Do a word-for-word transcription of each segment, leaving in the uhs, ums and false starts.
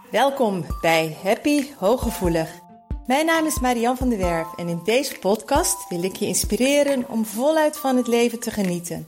Welkom bij Happy Hooggevoelig. Mijn naam is Marianne van der Werf en in deze podcast wil ik je inspireren om voluit van het leven te genieten.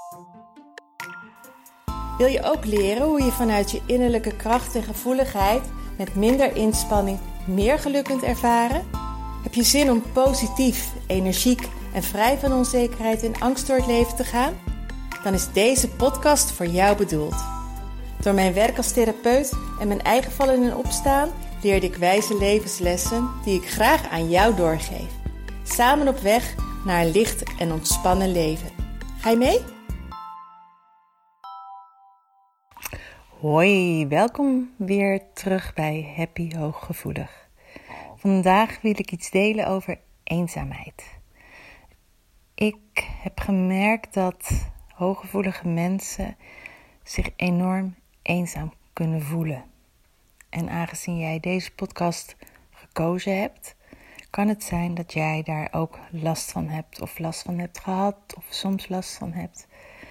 Wil je ook leren hoe je vanuit je innerlijke kracht en gevoeligheid met minder inspanning meer geluk kunt ervaren? Heb je zin om positief, energiek en vrij van onzekerheid en angst door het leven te gaan? Dan is deze podcast voor jou bedoeld. Door mijn werk als therapeut en mijn eigen vallen en opstaan leerde ik wijze levenslessen die ik graag aan jou doorgeef. Samen op weg naar een licht en ontspannen leven. Ga je mee? Hoi, welkom weer terug bij Happy Hooggevoelig. Vandaag wil ik iets delen over eenzaamheid. Ik heb gemerkt dat hooggevoelige mensen zich enorm eenzaam kunnen voelen. En aangezien jij deze podcast gekozen hebt, kan het zijn dat jij daar ook last van hebt of last van hebt gehad of soms last van hebt.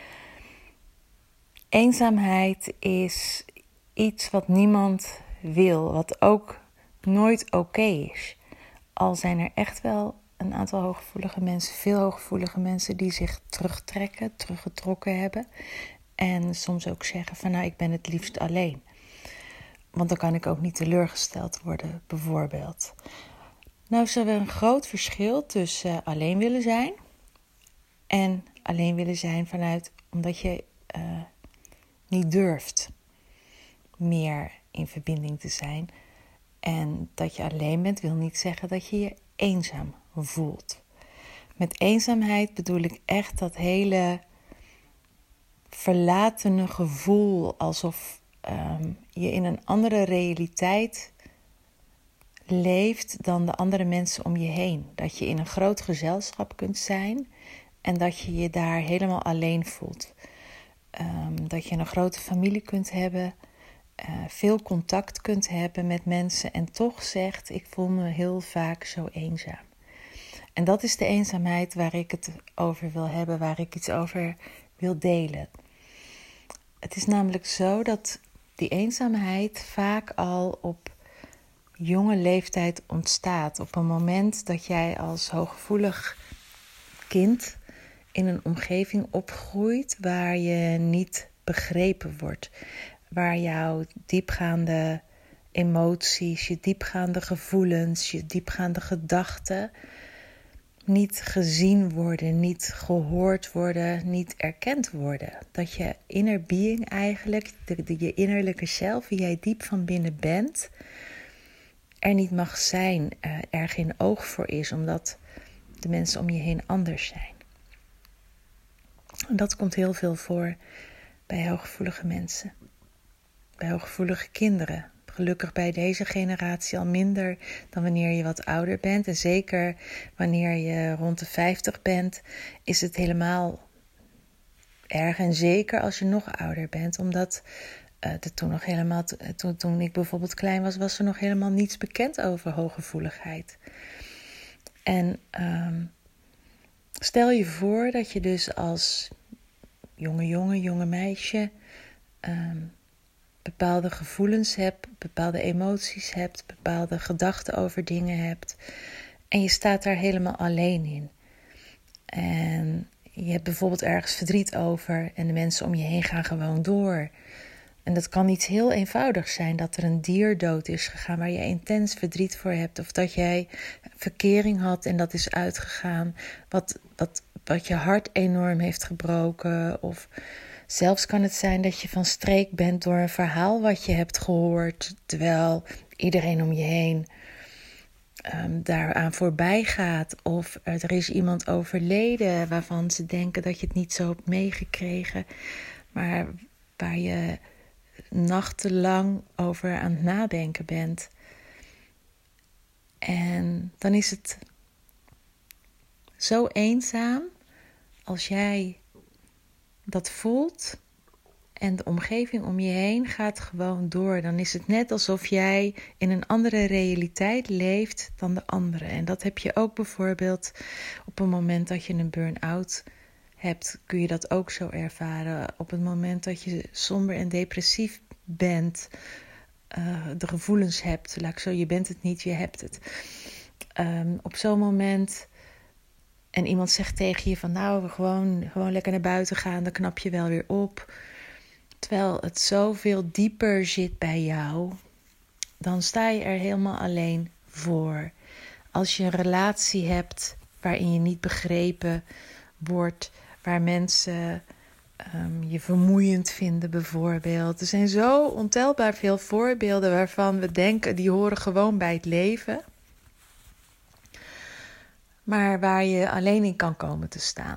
Eenzaamheid is iets wat niemand wil, wat ook nooit oké is. Al zijn er echt wel een aantal hooggevoelige mensen, veel hooggevoelige mensen die zich terugtrekken, teruggetrokken hebben. En soms ook zeggen van nou, ik ben het liefst alleen. Want dan kan ik ook niet teleurgesteld worden, bijvoorbeeld. Nou is er een groot verschil tussen alleen willen zijn en alleen willen zijn vanuit omdat je uh, niet durft meer in verbinding te zijn. En dat je alleen bent wil niet zeggen dat je je eenzaam voelt. Met eenzaamheid bedoel ik echt dat hele verlatene gevoel, alsof um, je in een andere realiteit leeft dan de andere mensen om je heen. Dat je in een groot gezelschap kunt zijn en dat je je daar helemaal alleen voelt. Um, dat je een grote familie kunt hebben, uh, veel contact kunt hebben met mensen en toch zegt, ik voel me heel vaak zo eenzaam. En dat is de eenzaamheid waar ik het over wil hebben, waar ik iets over wil delen. Het is namelijk zo dat die eenzaamheid vaak al op jonge leeftijd ontstaat. Op een moment dat jij als hooggevoelig kind in een omgeving opgroeit waar je niet begrepen wordt. Waar jouw diepgaande emoties, je diepgaande gevoelens, je diepgaande gedachten niet gezien worden, niet gehoord worden, niet erkend worden. Dat je inner being eigenlijk, de, de, je innerlijke zelf, wie jij diep van binnen bent, er niet mag zijn, uh, er geen oog voor is, omdat de mensen om je heen anders zijn. En dat komt heel veel voor bij hooggevoelige mensen, bij hooggevoelige kinderen. Gelukkig bij deze generatie al minder dan wanneer je wat ouder bent. En zeker wanneer je rond de vijftig bent, is het helemaal erg. En zeker als je nog ouder bent. Omdat uh, er toen, nog helemaal, toen, toen ik bijvoorbeeld klein was, was er nog helemaal niets bekend over hooggevoeligheid. En um, stel je voor dat je dus als jonge jongen, jonge meisje Um, bepaalde gevoelens hebt, bepaalde emoties hebt, bepaalde gedachten over dingen hebt. En je staat daar helemaal alleen in. En je hebt bijvoorbeeld ergens verdriet over en de mensen om je heen gaan gewoon door. En dat kan iets heel eenvoudigs zijn, dat er een dier dood is gegaan waar je intens verdriet voor hebt. Of dat jij verkering had en dat is uitgegaan, wat, wat, wat je hart enorm heeft gebroken. Of zelfs kan het zijn dat je van streek bent door een verhaal wat je hebt gehoord, terwijl iedereen om je heen um, daaraan voorbij gaat. Of er is iemand overleden waarvan ze denken dat je het niet zo hebt meegekregen, maar waar je nachtenlang over aan het nadenken bent. En dan is het zo eenzaam als jij dat voelt en de omgeving om je heen gaat gewoon door. Dan is het net alsof jij in een andere realiteit leeft dan de anderen. En dat heb je ook bijvoorbeeld op het moment dat je een burn-out hebt, kun je dat ook zo ervaren. Op het moment dat je somber en depressief bent, uh, de gevoelens hebt. Laat ik zo, je bent het niet, je hebt het. Um, op zo'n moment... En iemand zegt tegen je van nou, we gewoon, gewoon lekker naar buiten gaan, dan knap je wel weer op. Terwijl het zoveel dieper zit bij jou, dan sta je er helemaal alleen voor. Als je een relatie hebt waarin je niet begrepen wordt, waar mensen um, je vermoeiend vinden bijvoorbeeld. Er zijn zo ontelbaar veel voorbeelden waarvan we denken, die horen gewoon bij het leven. Maar waar je alleen in kan komen te staan.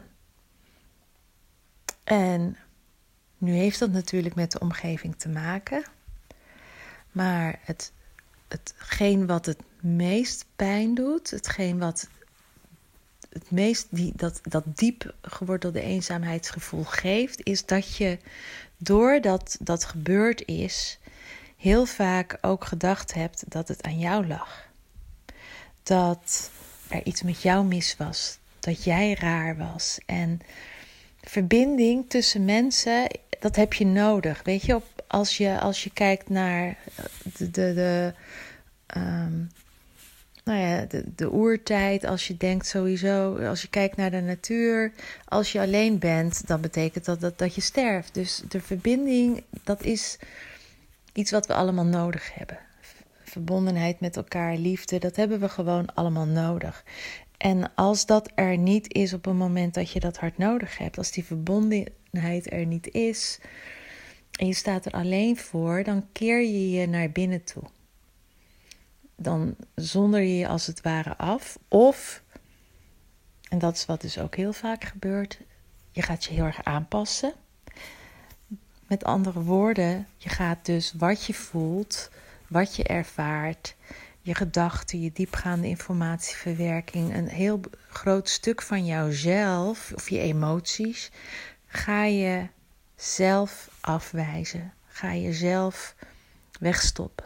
En nu heeft dat natuurlijk met de omgeving te maken. Maar het, hetgeen wat het meest pijn doet, hetgeen wat het meest die, dat, dat diep gewortelde eenzaamheidsgevoel geeft, is dat je doordat dat gebeurd is, heel vaak ook gedacht hebt dat het aan jou lag. Dat er iets met jou mis was. Dat jij raar was. En verbinding tussen mensen, dat heb je nodig. Weet je, op, als je, als je kijkt naar de, de, de, um, nou ja, de, de oertijd. Als je denkt sowieso, als je kijkt naar de natuur. Als je alleen bent, dan betekent dat, dat dat je sterft. Dus de verbinding, dat is iets wat we allemaal nodig hebben. Verbondenheid met elkaar, liefde, dat hebben we gewoon allemaal nodig. En als dat er niet is op een moment dat je dat hard nodig hebt, als die verbondenheid er niet is en je staat er alleen voor, dan keer je je naar binnen toe. Dan zonder je je als het ware af. Of, en dat is wat dus ook heel vaak gebeurt, je gaat je heel erg aanpassen. Met andere woorden, je gaat dus wat je voelt, wat je ervaart, je gedachten, je diepgaande informatieverwerking, een heel groot stuk van jouzelf of je emoties, ga je zelf afwijzen, ga je zelf wegstoppen.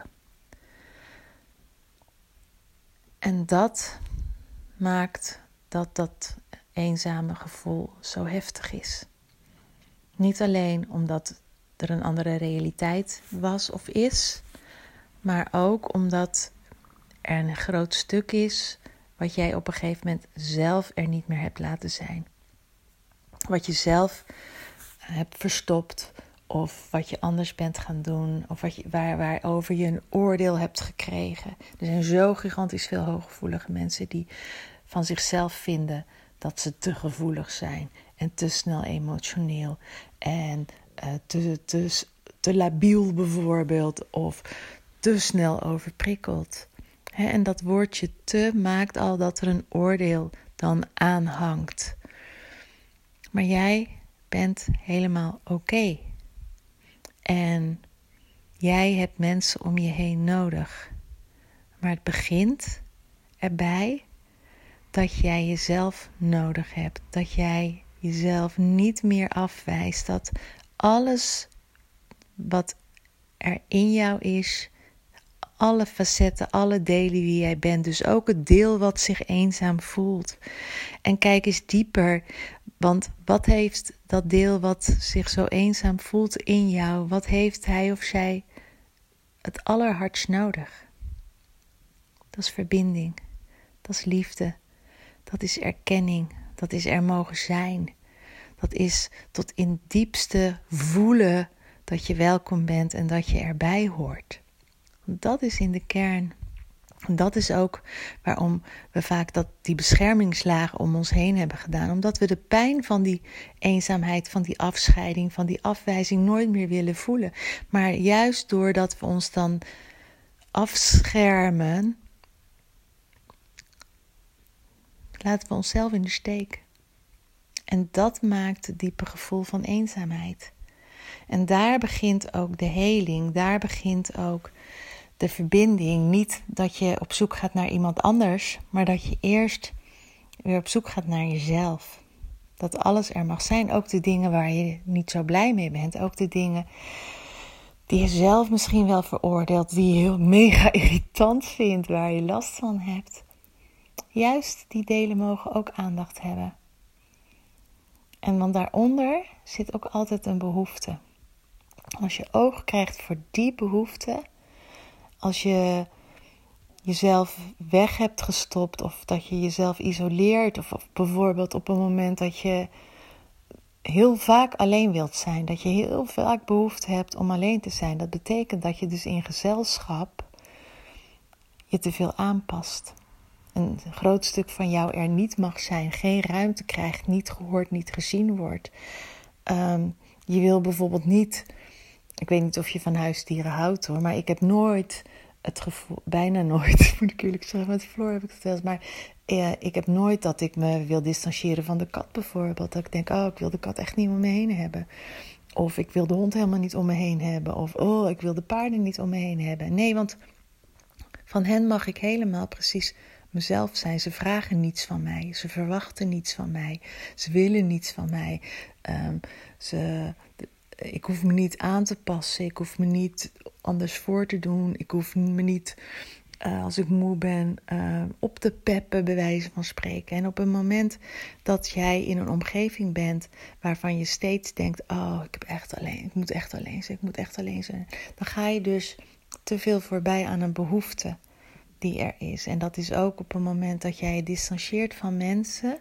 En dat maakt dat dat eenzame gevoel zo heftig is. Niet alleen omdat er een andere realiteit was of is, maar ook omdat er een groot stuk is wat jij op een gegeven moment zelf er niet meer hebt laten zijn. Wat je zelf hebt verstopt of wat je anders bent gaan doen of wat je, waar, waarover je een oordeel hebt gekregen. Er zijn zo gigantisch veel hooggevoelige mensen die van zichzelf vinden dat ze te gevoelig zijn en te snel emotioneel en uh, te, te, te labiel bijvoorbeeld of te snel overprikkeld. He, en dat woordje te maakt al dat er een oordeel dan aanhangt. Maar jij bent helemaal oké. Okay. En jij hebt mensen om je heen nodig. Maar het begint erbij dat jij jezelf nodig hebt. Dat jij jezelf niet meer afwijst. Dat alles wat er in jou is, alle facetten, alle delen wie jij bent. Dus ook het deel wat zich eenzaam voelt. En kijk eens dieper. Want wat heeft dat deel wat zich zo eenzaam voelt in jou? Wat heeft hij of zij het allerhardst nodig? Dat is verbinding. Dat is liefde. Dat is erkenning. Dat is er mogen zijn. Dat is tot in het diepste voelen dat je welkom bent en dat je erbij hoort. Dat is in de kern. Dat is ook waarom we vaak dat, die beschermingslagen om ons heen hebben gedaan. Omdat we de pijn van die eenzaamheid, van die afscheiding, van die afwijzing nooit meer willen voelen. Maar juist doordat we ons dan afschermen, laten we onszelf in de steek. En dat maakt het diepe gevoel van eenzaamheid. En daar begint ook de heling, daar begint ook de verbinding. Niet dat je op zoek gaat naar iemand anders, maar dat je eerst weer op zoek gaat naar jezelf. Dat alles er mag zijn, ook de dingen waar je niet zo blij mee bent. Ook de dingen die je zelf misschien wel veroordeelt, die je heel mega irritant vindt, waar je last van hebt. Juist die delen mogen ook aandacht hebben. En want daaronder zit ook altijd een behoefte. Als je oog krijgt voor die behoefte, als je jezelf weg hebt gestopt of dat je jezelf isoleert of, of bijvoorbeeld op een moment dat je heel vaak alleen wilt zijn, dat je heel vaak behoefte hebt om alleen te zijn. Dat betekent dat je dus in gezelschap je te veel aanpast. Een groot stuk van jou er niet mag zijn, geen ruimte krijgt, niet gehoord, niet gezien wordt. Um, je wil bijvoorbeeld niet, ik weet niet of je van huisdieren houdt hoor, maar ik heb nooit het gevoel, bijna nooit, moet ik eerlijk zeggen, met Floor heb ik het wel eens, maar eh, ik heb nooit dat ik me wil distancieren van de kat bijvoorbeeld. Dat ik denk, oh, ik wil de kat echt niet om me heen hebben. Of ik wil de hond helemaal niet om me heen hebben. Of, oh, ik wil de paarden niet om me heen hebben. Nee, want van hen mag ik helemaal precies mezelf zijn. Ze vragen niets van mij. Ze verwachten niets van mij. Ze willen niets van mij. Um, ze, ik hoef me niet aan te passen. Ik hoef me niet anders voor te doen. Ik hoef me niet, uh, als ik moe ben, uh, op te peppen, bij wijze van spreken. En op een moment dat jij in een omgeving bent waarvan je steeds denkt, oh, ik heb echt alleen, ik moet echt alleen zijn, ik moet echt alleen zijn. Dan ga je dus te veel voorbij aan een behoefte die er is. En dat is ook op een moment dat jij je distancieert van mensen,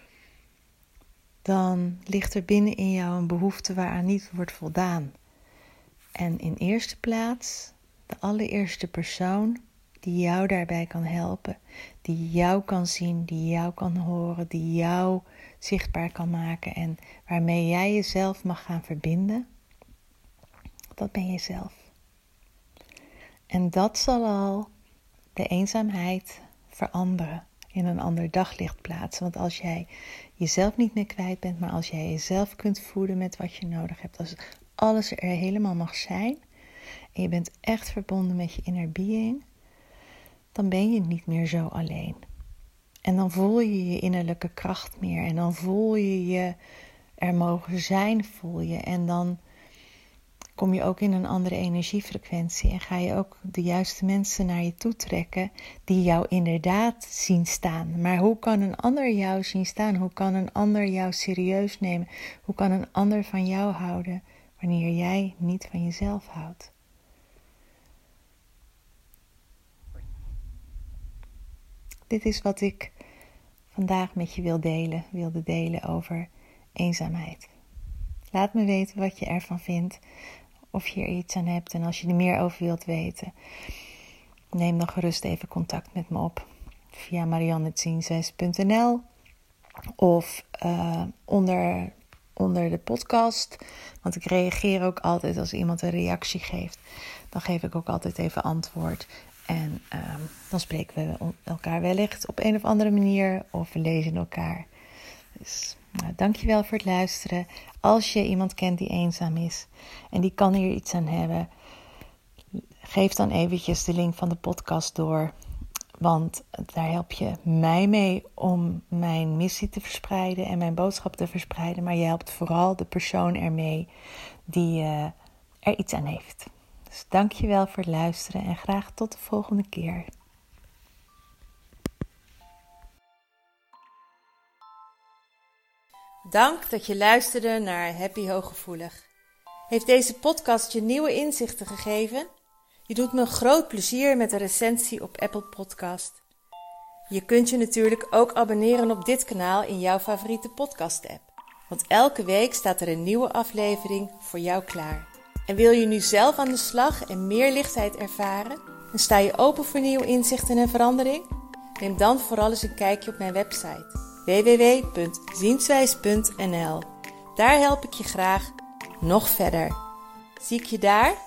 dan ligt er binnen in jou een behoefte waaraan niet wordt voldaan. En in eerste plaats, de allereerste persoon die jou daarbij kan helpen, die jou kan zien, die jou kan horen, die jou zichtbaar kan maken en waarmee jij jezelf mag gaan verbinden, dat ben jezelf. En dat zal al de eenzaamheid veranderen, in een ander daglicht plaatsen. Want als jij jezelf niet meer kwijt bent, maar als jij jezelf kunt voeden met wat je nodig hebt, als alles er helemaal mag zijn en je bent echt verbonden met je inner being, dan ben je niet meer zo alleen. En dan voel je je innerlijke kracht meer en dan voel je je er mogen zijn, voel je. En dan kom je ook in een andere energiefrequentie en ga je ook de juiste mensen naar je toe trekken die jou inderdaad zien staan. Maar hoe kan een ander jou zien staan? Hoe kan een ander jou serieus nemen? Hoe kan een ander van jou houden wanneer jij niet van jezelf houdt? Dit is wat ik vandaag met je wil delen, wilde delen over eenzaamheid. Laat me weten wat je ervan vindt, of je er iets aan hebt. En als je er meer over wilt weten, neem dan gerust even contact met me op via marianne zienswijs punt n l of uh, onder, onder de podcast. Want ik reageer ook altijd als iemand een reactie geeft. Dan geef ik ook altijd even antwoord. En uh, dan spreken we elkaar wellicht op een of andere manier of we lezen elkaar. Dus nou, dankjewel voor het luisteren. Als je iemand kent die eenzaam is en die kan hier iets aan hebben, geef dan eventjes de link van de podcast door. Want daar help je mij mee om mijn missie te verspreiden en mijn boodschap te verspreiden. Maar je helpt vooral de persoon ermee die uh, er iets aan heeft. Dus dankjewel voor het luisteren en graag tot de volgende keer. Dank dat je luisterde naar Happy Hooggevoelig. Heeft deze podcast je nieuwe inzichten gegeven? Je doet me een groot plezier met een recensie op Apple Podcast. Je kunt je natuurlijk ook abonneren op dit kanaal in jouw favoriete podcast-app. Want elke week staat er een nieuwe aflevering voor jou klaar. En wil je nu zelf aan de slag en meer lichtheid ervaren? En sta je open voor nieuwe inzichten en verandering? Neem dan vooral eens een kijkje op mijn website w w w punt zienswijs punt n l. Daar help ik je graag nog verder. Zie ik je daar?